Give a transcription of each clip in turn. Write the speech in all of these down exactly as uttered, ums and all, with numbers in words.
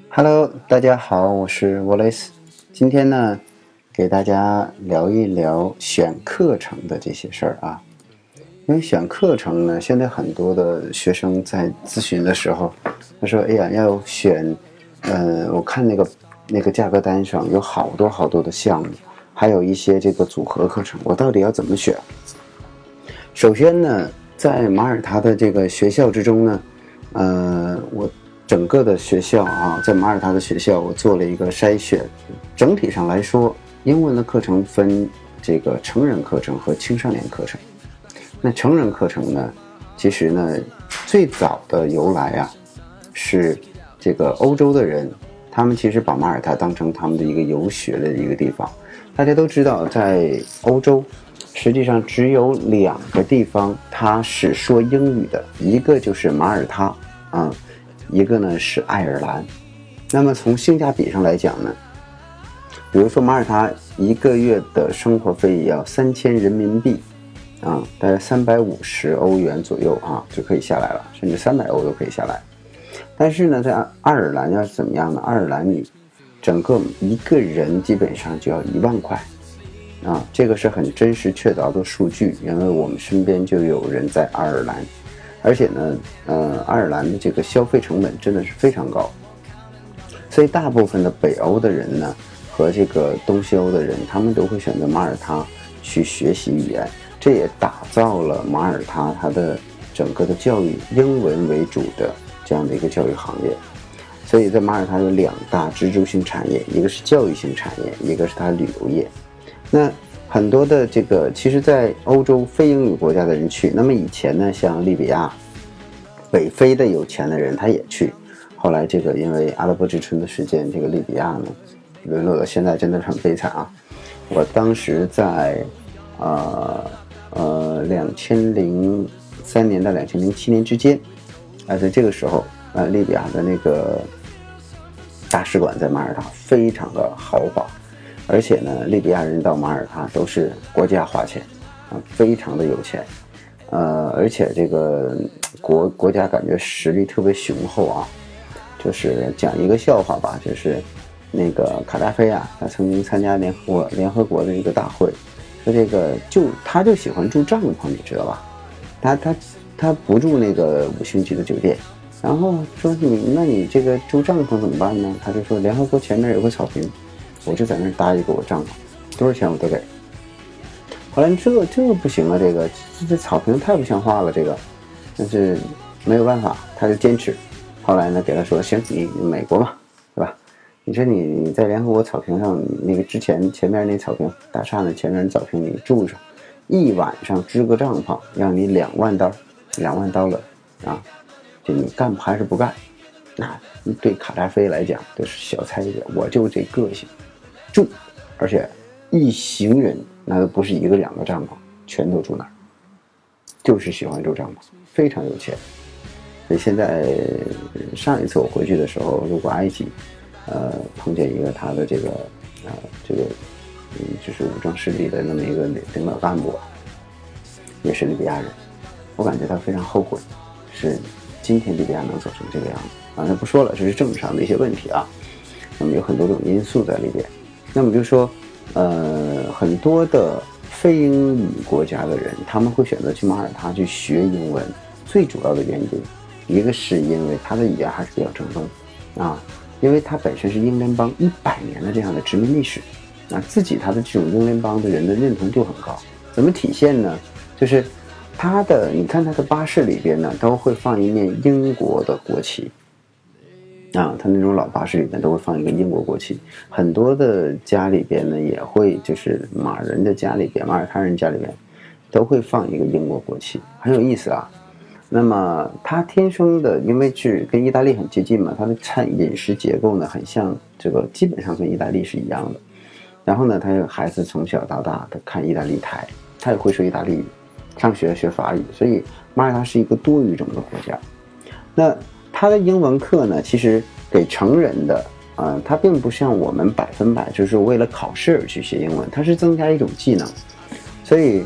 Hello， 大家好，我是 Wallace。今天呢，给大家聊一聊选课程的这些事儿啊。因为选课程呢，现在很多的学生在咨询的时候，他说：“哎呀，要选，呃，我看那个那个价格单上有好多好多的项目，还有一些这个组合课程，我到底要怎么选？”首先呢，在马耳他的这个学校之中呢，呃，我。整个的学校啊，在马耳他的学校，我做了一个筛选。整体上来说，英文的课程分这个成人课程和青少年课程。那成人课程呢，其实呢，最早的由来啊，是这个欧洲的人，他们其实把马耳他当成他们的一个游学的一个地方。大家都知道，在欧洲，实际上只有两个地方它是说英语的，一个就是马耳他啊。一个呢是爱尔兰。那么从性价比上来讲呢，比如说马耳他一个月的生活费也要三千人民币啊，大概三百五十欧元左右啊就可以下来了，甚至三百欧都可以下来。但是呢，在爱尔兰要怎么样呢？爱尔兰你整个一个人基本上就要一万块啊，这个是很真实确凿的数据，因为我们身边就有人在爱尔兰。而且呢，呃，爱尔兰的这个消费成本真的是非常高，所以大部分的北欧的人呢，和这个东西欧的人，他们都会选择马耳他去学习语言，这也打造了马耳他它的整个的教育英文为主的这样的一个教育行业。所以在马耳他有两大支柱性产业，一个是教育性产业，一个是它旅游业。那很多的这个，其实在欧洲非英语国家的人去，那么以前呢，像利比亚、北非的有钱的人他也去，后来这个因为阿拉伯之春的事件，这个利比亚呢，沦落到现在真的是很悲惨啊。我当时在呃呃两千零三年到两千零七年之间，啊、呃，在这个时候，呃，利比亚的那个大使馆在马耳他非常的豪华。而且呢，利比亚人到马耳他都是国家花钱啊，非常的有钱，呃，而且这个国国家感觉实力特别雄厚啊。就是讲一个笑话吧，就是那个卡扎菲啊，他曾经参加联合国联合国的一个大会，说这个就他就喜欢住帐篷，你知道吧？他他他不住那个五星级的酒店，然后说你那你这个住帐篷怎么办呢？他就说联合国前面有个草坪。我就在那儿搭一个我帐篷，多少钱我都给。后来这这个不行啊，这个这草坪太不像话了，这个，但是没有办法，他就坚持。后来呢，给他说行，你美国嘛，对吧？你说你你在联合国草坪上，那个之前前面那草坪大厦的前面草坪你住上一晚上支个帐篷，让你两万刀，两万刀了啊！就你干还是不干？那对卡扎菲来讲都是小菜一碟，我就这个性。住，而且一行人那都不是一个两个帐篷，全都住那儿，就是喜欢住帐篷，非常有钱。所以现在上一次我回去的时候，路过埃及，呃，碰见一个他的这个呃这个嗯就是武装势力的那么一个领导干部，也是利比亚人，我感觉他非常后悔，是今天利比亚能走成这个样子啊。那不说了，这是政治上的一些问题啊。那么有很多种因素在里边。那么就说，呃，很多的非英语国家的人，他们会选择去马耳他去学英文，最主要的原因，一个是因为他的语言还是比较正宗啊，因为他本身是英联邦一百年的这样的殖民历史，啊，自己他的这种英联邦的人的认同度很高。怎么体现呢？就是他的，你看他的巴士里边呢，都会放一面英国的国旗。啊，他那种老巴士里面都会放一个英国国旗，很多的家里边呢也会，就是马人的家里边，马耳他人家里边都会放一个英国国旗，很有意思啊。那么他天生的，因为是跟意大利很接近嘛，他的餐饮食结构呢很像这个，基本上跟意大利是一样的。然后呢，他有孩子从小到大的看意大利台，他也会说意大利语，上学学法语，所以马耳他是一个多语种的国家。那他的英文课呢，其实给成人的啊、呃，它并不像我们百分百就是为了考试而去学英文，它是增加一种技能。所以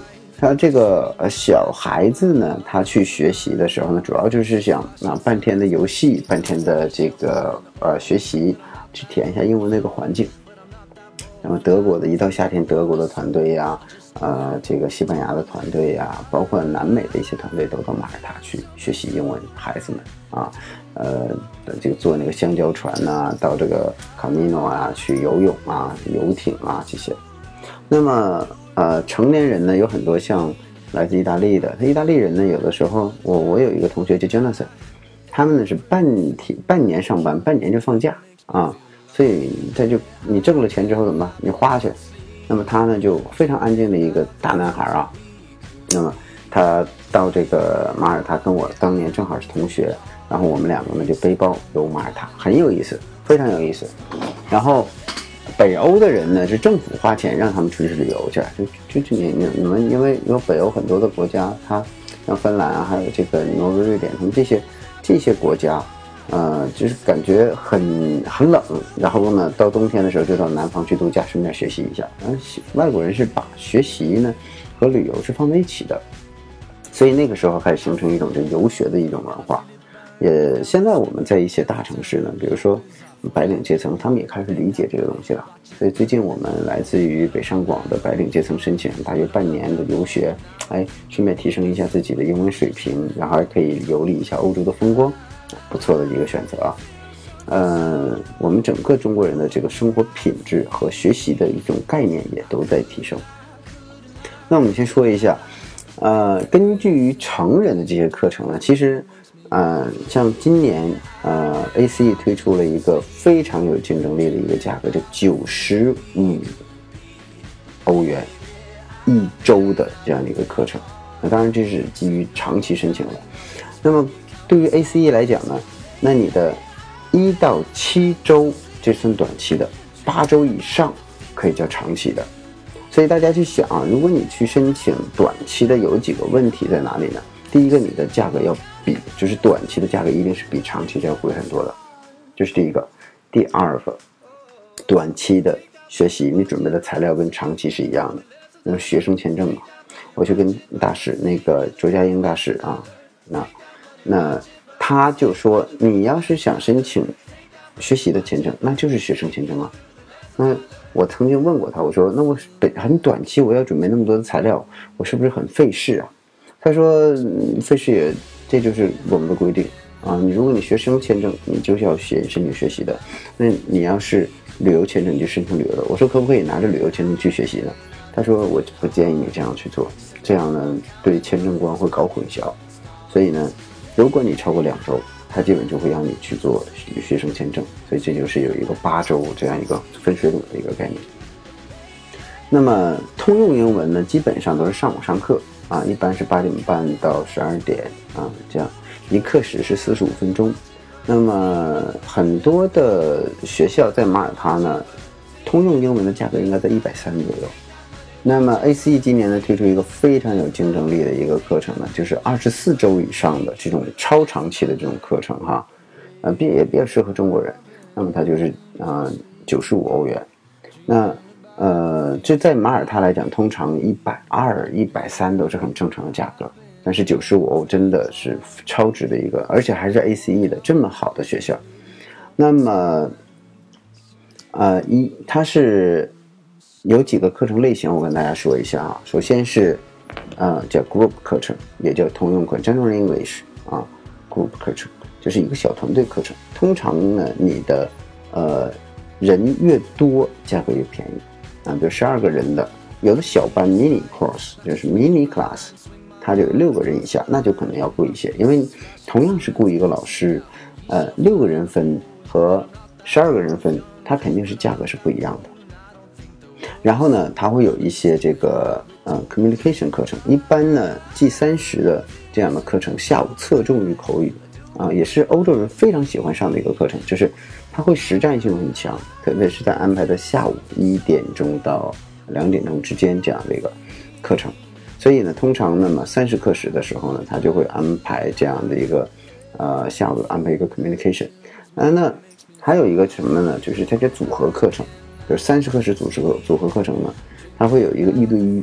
他这个呃小孩子呢，他去学习的时候呢，主要就是想啊半天的游戏，半天的这个呃学习，去体验一下英文那个环境。那么德国的一到夏天，德国的团队呀、啊，呃，这个西班牙的团队呀、啊，包括南美的一些团队都到马耳他去学习英文，孩子们啊，呃，这个坐那个香蕉船呐、啊，到这个卡米诺啊去游泳啊、游艇啊这些。那么呃，成年人呢有很多像来自意大利的，他意大利人呢有的时候，我我有一个同学叫 Jonathan， 他们呢是半天半年上班，半年就放假啊。所以他就你挣了钱之后怎么办？你花去。那么他呢就非常安静的一个大男孩啊。那么他到这个马耳他跟我当年正好是同学，然后我们两个呢就背包游马耳他，很有意思，非常有意思。然后北欧的人呢是政府花钱让他们出去旅游去，就就就你你你们因为有北欧很多的国家，它像芬兰啊，还有这个挪威、瑞典，他们这些这些国家。呃，就是感觉很很冷，然后呢，到冬天的时候就到南方去度假，顺便学习一下。嗯，外国人是把学习呢和旅游是放在一起的，所以那个时候开始形成一种这游学的一种文化。也现在我们在一些大城市呢，比如说白领阶层，他们也开始理解这个东西了。所以最近我们来自于北上广的白领阶层申请大约半年的游学，哎，顺便提升一下自己的英文水平，然后还可以游历一下欧洲的风光。不错的一个选择啊，呃，我们整个中国人的这个生活品质和学习的一种概念也都在提升。那我们先说一下，呃，根据于成人的这些课程呢，其实，呃，像今年呃 A C E 推出了一个非常有竞争力的一个价格，就九十五欧元一周的这样的一个课程。那当然这是基于长期申请的。那么对于 A C E 来讲呢，那你的一到七周这算短期的，八周以上可以叫长期的。所以大家去想啊，如果你去申请短期的，有几个问题在哪里呢？第一个，你的价格要比，就是短期的价格一定是比长期的要贵很多的，这是第一个。第二个，短期的学习你准备的材料跟长期是一样的，那学生签证嘛，我去跟大使那个卓家英大使啊，那。那他就说，你要是想申请学习的签证，那就是学生签证啊。那我曾经问过他，我说，那我很短期我要准备那么多的材料，我是不是很费事啊？他说，嗯、费事也，这就是我们的规定啊。你如果你学生签证，你就是要学申请学习的。那你要是旅游签证，你就申请旅游的。我说，可不可以拿着旅游签证去学习呢？他说，我不建议你这样去做，这样呢对签证官会搞混淆。所以呢。如果你超过两周，他基本就会让你去做学生签证，所以这就是有一个八周这样一个分水岭的一个概念。那么通用英文呢，基本上都是上午上课啊，一般是八点半到十二点啊，这样一课时是四十五分钟。那么很多的学校在马耳他呢，通用英文的价格应该在一百三左右。那么 A C E 今年呢推出一个非常有竞争力的一个课程呢，就是二十四周以上的这种超长期的这种课程哈，呃，也比较适合中国人。那么它就是啊九十五欧元。那呃，这在马耳他来讲，通常一百二、一百三都是很正常的价格，但是九十五欧真的是超值的一个，而且还是 A C E 的这么好的学校。那么，呃，一它是。有几个课程类型，我跟大家说一下啊。首先是，呃，叫 group 课程，也叫通用课 General English 啊 ，group 课程就是一个小团队课程。通常呢，你的呃人越多，价格越便宜啊。比如十二个人的，有的小班 mini course 就是 mini class， 它就有六个人以下，那就可能要贵一些，因为同样是雇一个老师，呃，六个人分和十二个人分，它肯定是价格是不一样的。然后呢，它会有一些这个呃 communication 课程，一般呢 G 三十的这样的课程，下午侧重于口语啊，也是欧洲人非常喜欢上的一个课程，就是它会实战性很强，特别是在安排在下午一点钟到两点钟之间这样的一个课程。所以呢，通常那么三十课时的时候呢，他就会安排这样的一个呃下午安排一个 communication。啊，那还有一个什么呢？就是它叫组合课程。就是三十课时组合组合课程呢，它会有一个一对一，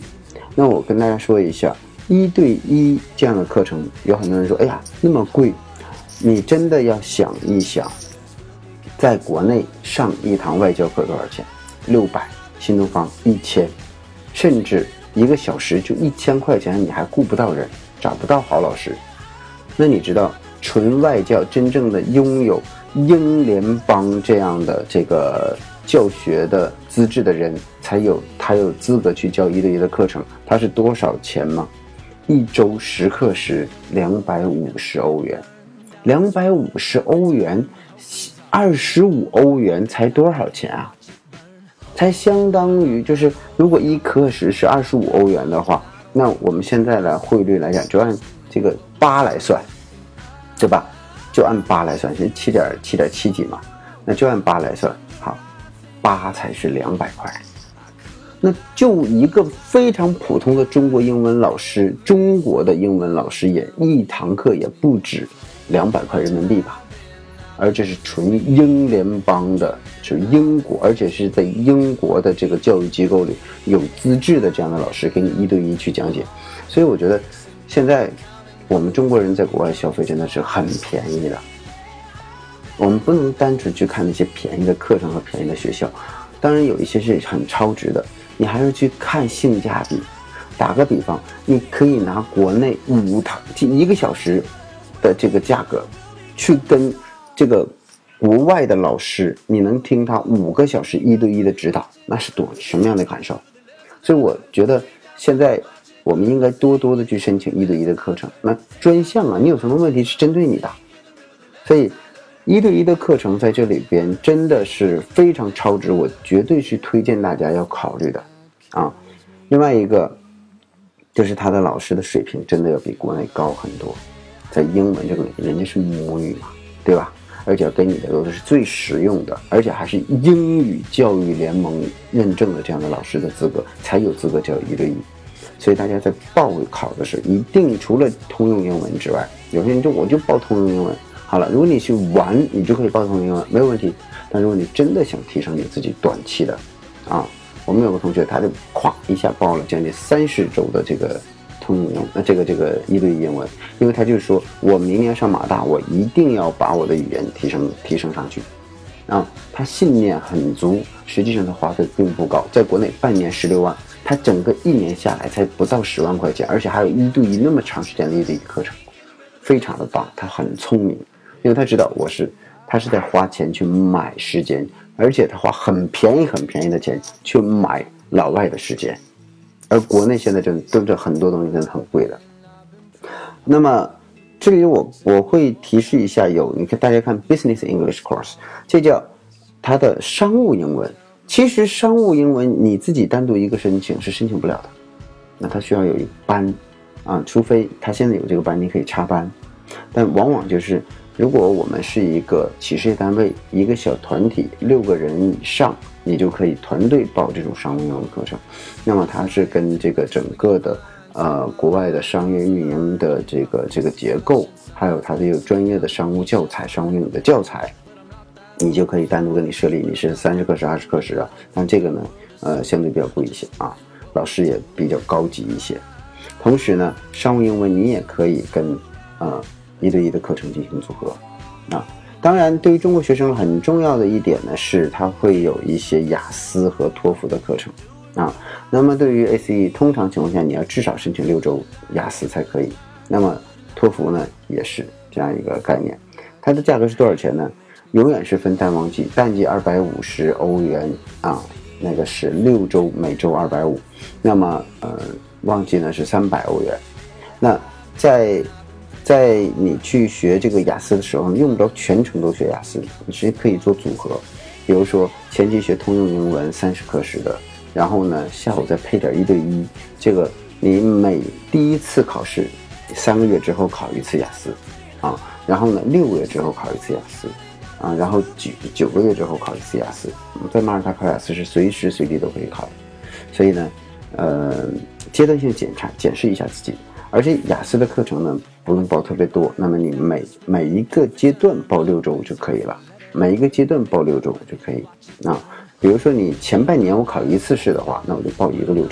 那我跟大家说一下，一对一这样的课程，有很多人说，哎呀，那么贵。你真的要想一想，在国内上一堂外教课多少钱？六百，新东方一千，甚至一个小时就一千块钱，你还顾不到人，找不到好老师。那你知道，纯外教真正的拥有英联邦这样的这个教学的资质的人，才有他有资格去教一对一的课程，他是多少钱吗？一周十课时两百五十欧元。两百五十欧元，二十五欧元才多少钱啊？才相当于就是如果一课时是二十五欧元的话，那我们现在来汇率来讲，就按这个八来算，对吧？就按八来算，是七点七点七几嘛，那就按八来算，好，八才是两百块。那就一个非常普通的中国英文老师，中国的英文老师也一堂课也不止两百块人民币吧，而这是纯英联邦的，就是英国，而且是在英国的这个教育机构里有资质的这样的老师给你一对一去讲解。所以我觉得现在我们中国人在国外消费真的是很便宜的，我们不能单纯去看那些便宜的课程和便宜的学校，当然有一些是很超值的，你还是去看性价比。打个比方，你可以拿国内五堂一个小时的这个价格去跟这个国外的老师，你能听他五个小时一对一的指导，那是多什么样的感受？所以我觉得现在我们应该多多的去申请一对一的课程。那专项啊，你有什么问题是针对你的，所以一对一的课程在这里边真的是非常超值，我绝对是推荐大家要考虑的啊。另外一个就是他的老师的水平真的要比国内高很多，在英文这个人家是母语嘛，对吧？而且给你的都是最实用的，而且还是英语教育联盟认证的这样的老师的资格，才有资格教一对一。所以大家在报考的时候，一定除了通用英文之外，有些人就我就报通用英文好了。如果你去玩，你就可以报通用英文，没有问题。但如果你真的想提升你自己短期的啊，我们有个同学，他就咵一下报了将近三十周的这个通用英文，那这个这个一对一英文，因为他就是说我明年上马大，我一定要把我的语言提升提升上去啊。他信念很足，实际上他花费并不高，在国内半年十六万，他整个一年下来才不到十万块钱，而且还有一对一那么长时间的一对一课程，非常的棒。他很聪明，因为他知道我是他是在花钱去买时间，而且他花很便宜很便宜的钱去买老外的时间，而国内现在真的真的很多东西真的很贵的。那么这里我我会提示一下，有你看大家看 Business English Course， 这叫它的商务英文。其实商务英文你自己单独一个申请是申请不了的，那它需要有一个班啊，除非它现在有这个班，你可以插班。但往往就是如果我们是一个企事业单位，一个小团体六个人以上，你就可以团队报这种商务英文课程。那么它是跟这个整个的呃国外的商业运营的这个这个结构，还有它的有专业的商务教材、商务英语的教材，你就可以单独跟你设立，你是三十课时、二十课时啊。但这个呢，呃，相对比较贵一些啊，老师也比较高级一些。同时呢，商务英文你也可以跟呃一对一的课程进行组合啊。当然，对于中国学生很重要的一点呢，是它会有一些雅思和托福的课程啊。那么对于 A C E， 通常情况下你要至少申请六周雅思才可以。那么托福呢，也是这样一个概念。它的价格是多少钱呢？永远是分淡旺季，淡季二百五十欧元啊，那个是六周，每周二百五。那么呃，旺季呢是三百欧元。那在在你去学这个雅思的时候，用不着全程都学雅思，你直接可以做组合。比如说前期学通用英文三十课时的，然后呢下午再配点一对一，这个你每第一次考试三个月之后考一次雅思啊，然后呢六个月之后考一次雅思。啊，然后九九个月之后考一次雅思，在马耳他考雅思是随时随地都可以考的，所以呢，呃，阶段性检查检视一下自己，而且雅思的课程呢不用报特别多，那么你每每一个阶段报六周就可以了，每一个阶段报六周就可以啊。比如说你前半年我考一次试的话，那我就报一个六周；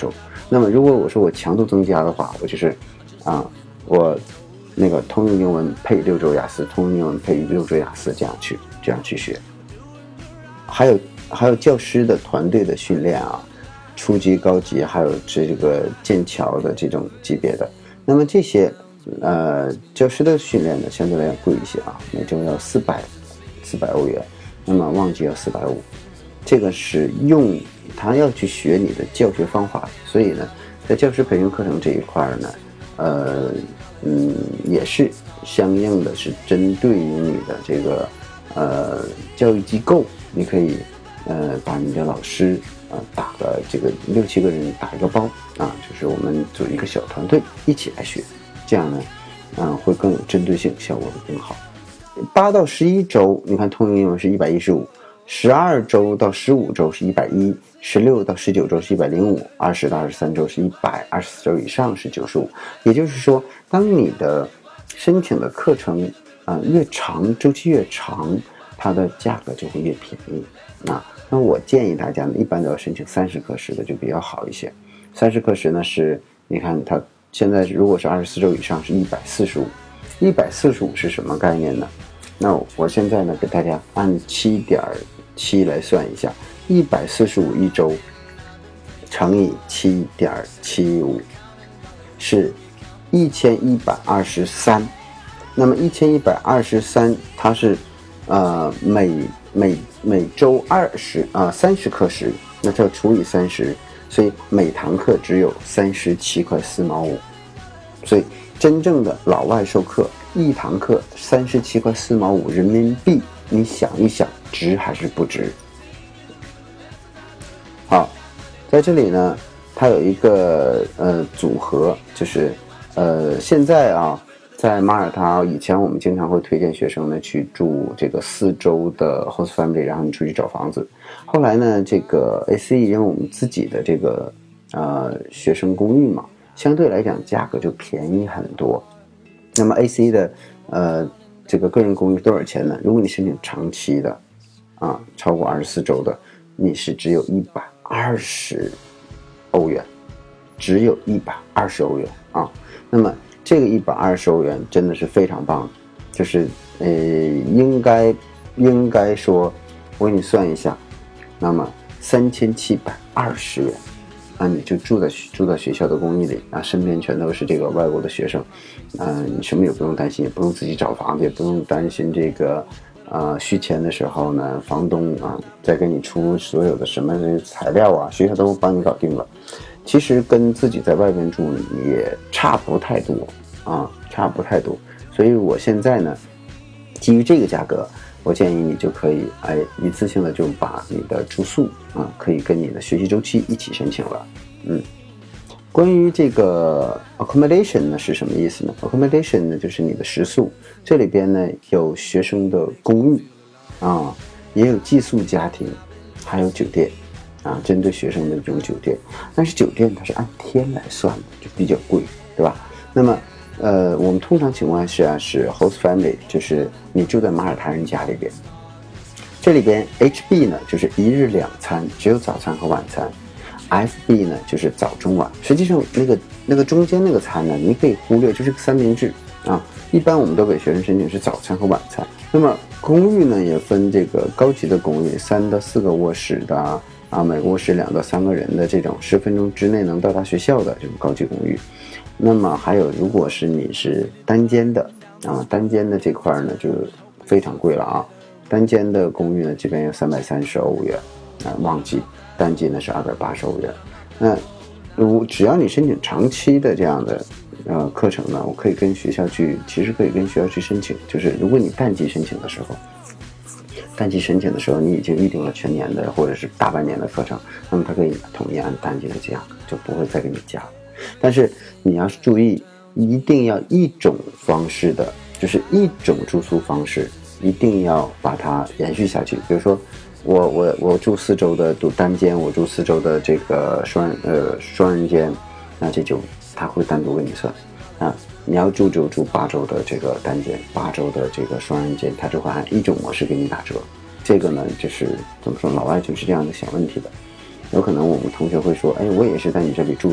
那么如果我说我强度增加的话，我就是啊，我那个通用英文配六周雅思，通用英文配六周雅思，这样去这样去学。还有还有教师的团队的训练啊，初级、高级，还有这个剑桥的这种级别的。那么这些呃教师的训练呢，相对来讲贵一些啊，每周要四百四百欧元，那么旺季要四百五。这个是用他要去学你的教学方法，所以呢，在教师培训课程这一块呢，呃，嗯，也是相应的是针对于你的这个呃教育机构，你可以呃把你的老师啊、呃、打个这个六七个人打一个包啊，就是我们组一个小团队一起来学，这样呢，嗯、呃，会更有针对性，效果会更好。八到十一周，你看通用英文是一百一十五。十二周到十五周是一百一十，十六到十九周是一百零五，二十到二十三周是一百，二十四周以上是九十五。也就是说，当你的申请的课程啊、呃、越长，周期越长，它的价格就会越便宜啊。那我建议大家呢，一般都要申请三十课时的就比较好一些。三十课时呢是，你看它现在如果是二十四周以上是一百四十五，一百四十五是什么概念呢？那我现在呢给大家按七点七来算一下，一百四十五一周乘以七点七五是一千一百二十三。那么一千一百二十三，它是呃每每每周二十啊三十课时，那就要除以三十，所以每堂课只有三十七块四毛五。所以真正的老外授课，一堂课三十七块四毛五人民币。你想一想，值还是不值？好，在这里呢，它有一个呃组合，就是呃现在啊，在马耳他，以前我们经常会推荐学生呢去住这个四周的 host family， 然后你出去找房子。后来呢，这个 A C E 因为我们自己的这个呃学生公寓嘛，相对来讲价格就便宜很多。那么 A C E 的呃。这个个人公寓多少钱呢？如果你申请长期的，啊，超过二十四周的，你是只有一百二十欧元，只有一百二十欧元啊。那么这个一百二十欧元真的是非常棒，就是呃，应该应该说，我给你算一下，那么三千七百二十元。啊，你就住在住在学校的公寓里啊，身边全都是这个外国的学生，嗯、呃，你什么也不用担心，也不用自己找房子，也不用担心这个，呃，续签的时候呢，房东啊再给你出所有的什么材料啊，学校都帮你搞定了。其实跟自己在外边住也差不太多啊，差不太多。所以我现在呢，基于这个价格，我建议你就可以哎一次性的就把你的住宿啊可以跟你的学习周期一起申请了。嗯，关于这个 accommodation 呢是什么意思呢？ accommodation 呢就是你的食宿，这里边呢有学生的公寓啊，也有寄宿家庭，还有酒店啊，针对学生的这种酒店。但是酒店它是按天来算的，就比较贵，对吧？那么呃，我们通常情况下是 host family， 就是你住在马耳他人家里边。这里边 H B 呢就是一日两餐，只有早餐和晚餐。F B 呢就是早中晚。实际上那个那个中间那个餐呢，你可以忽略，就是个三明治啊。一般我们都给学生申请是早餐和晚餐。那么公寓呢也分这个高级的公寓，三到四个卧室的啊，每个卧室两到三个人的这种，十分钟之内能到达学校的这种高级公寓。那么还有，如果是你是单间的啊，单间的这块呢就非常贵了啊。单间的公寓呢，这边有三百三十欧元啊，旺季；淡季呢是二百八十欧元。那如只要你申请长期的这样的呃课程呢，我可以跟学校去，其实可以跟学校去申请。就是如果你淡季申请的时候，淡季申请的时候你已经预定了全年的或者是大半年的课程，那么它可以统一按淡季的价格，就不会再给你加了。但是你要是注意，一定要一种方式的，就是一种住宿方式，一定要把它延续下去。比如说，我我我住四周的住单间，我住四周的这个双呃双人间，那这就他会单独给你算啊。你要住就住八周的这个单间，八周的这个双人间，他就会按一种模式给你打折。这个呢，就是怎么说，老外就是这样的想问题的。有可能我们同学会说，哎，我也是在你这里住的，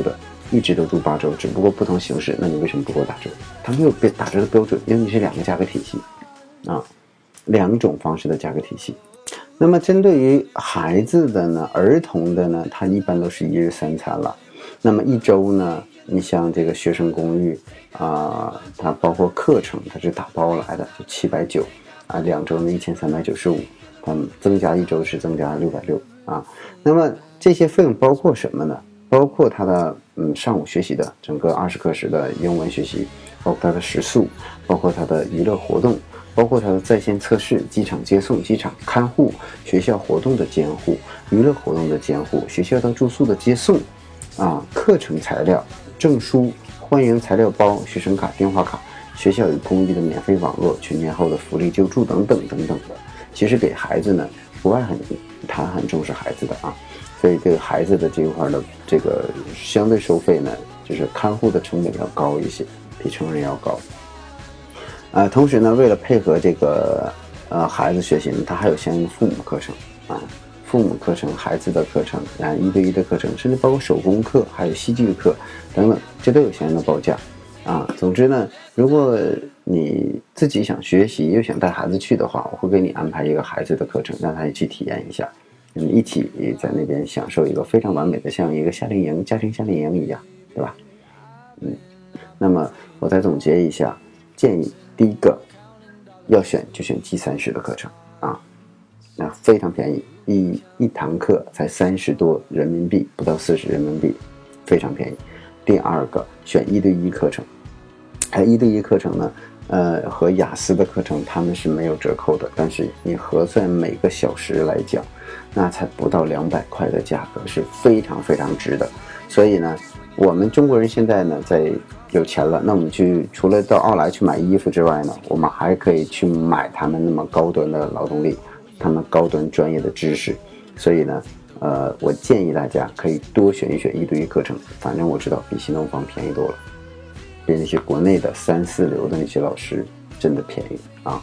一直都住八周，只不过不同形式，那你为什么不给我打折？它没有打折的标准，因为你是两个价格体系啊，两种方式的价格体系。那么针对于孩子的呢，儿童的呢，它一般都是一日三餐了。那么一周呢，你像这个学生公寓啊、呃，它包括课程，它是打包来的，就七百九啊，两周呢一千三百九十五，嗯，增加一周是增加六百六啊。那么这些费用包括什么呢？包括他的嗯上午学习的整个二十课时的英文学习，包括他的食宿，包括他的娱乐活动。包括他的在线测试、机场接送、机场看护、学校活动的监护、娱乐活动的监护、学校到住宿的接送，啊，课程材料、证书、欢迎材料包、学生卡、电话卡、学校有公益的免费网络、全年后的福利救助等等等等的。其实给孩子呢，国外很他很重视孩子的啊，所以这个孩子的这一块的这个相对收费呢，就是看护的成本要高一些，比成人要高。呃，同时呢，为了配合这个呃孩子学习呢，它还有相应的父母课程啊，父母课程、孩子的课程啊，一对一的课程，甚至包括手工课、还有戏剧课等等，这都有相应的报价啊。总之呢，如果你自己想学习又想带孩子去的话，我会给你安排一个孩子的课程，让他去体验一下，你们一起在那边享受一个非常完美的，像一个夏令营、家庭夏令营一样，对吧？嗯，那么我再总结一下建议。第一个要选就选 G 三十的课程啊，那非常便宜，一一堂课才三十多人民币，不到四十人民币，非常便宜。第二个选一对一课程，还一对一课程呢，呃，和雅思的课程他们是没有折扣的，但是你核算每个小时来讲，那才不到两百块的价格，是非常非常值的。所以呢，我们中国人现在呢，在有钱了，那我们去除了到奥莱去买衣服之外呢，我们还可以去买他们那么高端的劳动力，他们高端专业的知识。所以呢，呃，我建议大家可以多选一选一对一课程，反正我知道比新东方便宜多了，比那些国内的三四流的那些老师真的便宜啊。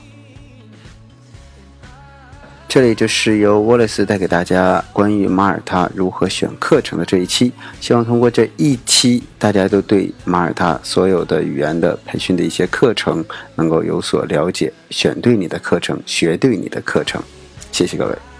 这里就是由 Wallace 带给大家关于马耳他如何选课程的这一期，希望通过这一期大家都对马耳他所有的语言的培训的一些课程能够有所了解，选对你的课程，学对你的课程。谢谢各位。